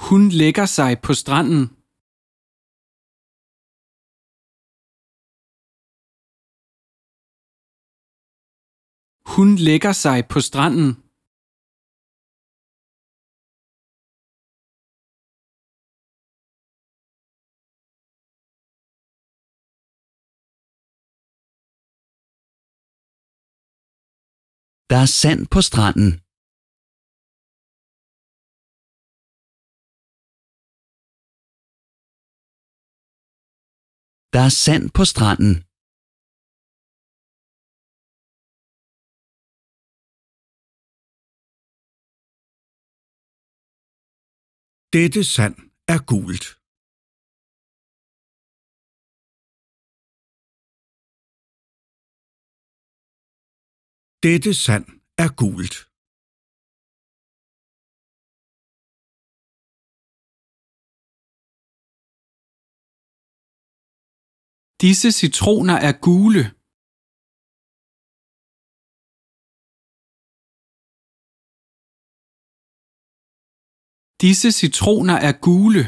Hun lægger sig på stranden. Hun lægger sig på stranden. Der er sand på stranden. Der er sand på stranden. Dette sand er gult. Dette sand er gult. Disse citroner er gule. Disse citroner er gule.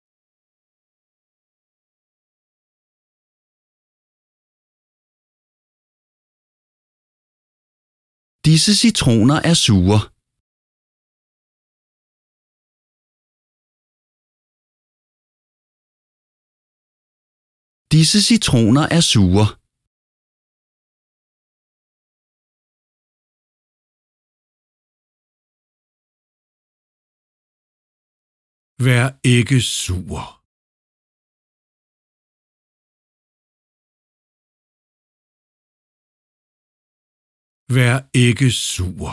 Disse citroner er sure. Disse citroner er sure. Vær ikke sur. Vær ikke sur.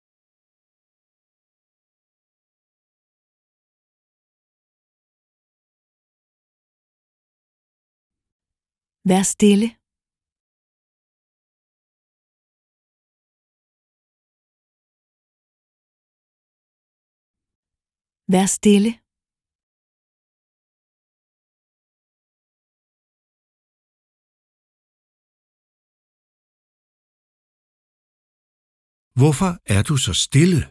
Vær stille. Vær stille. Hvorfor er du så stille?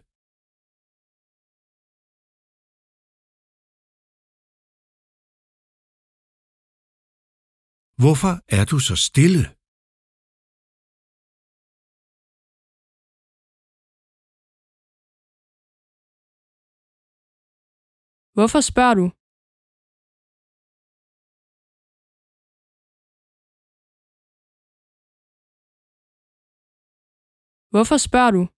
Hvorfor er du så stille? Hvorfor spørger du? Hvorfor spørger du?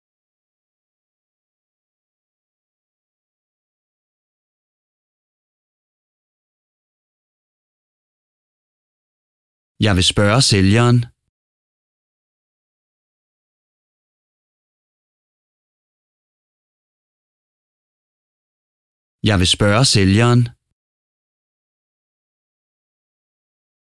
Jeg vil spørge sælgeren. Jeg vil spørge sælgeren.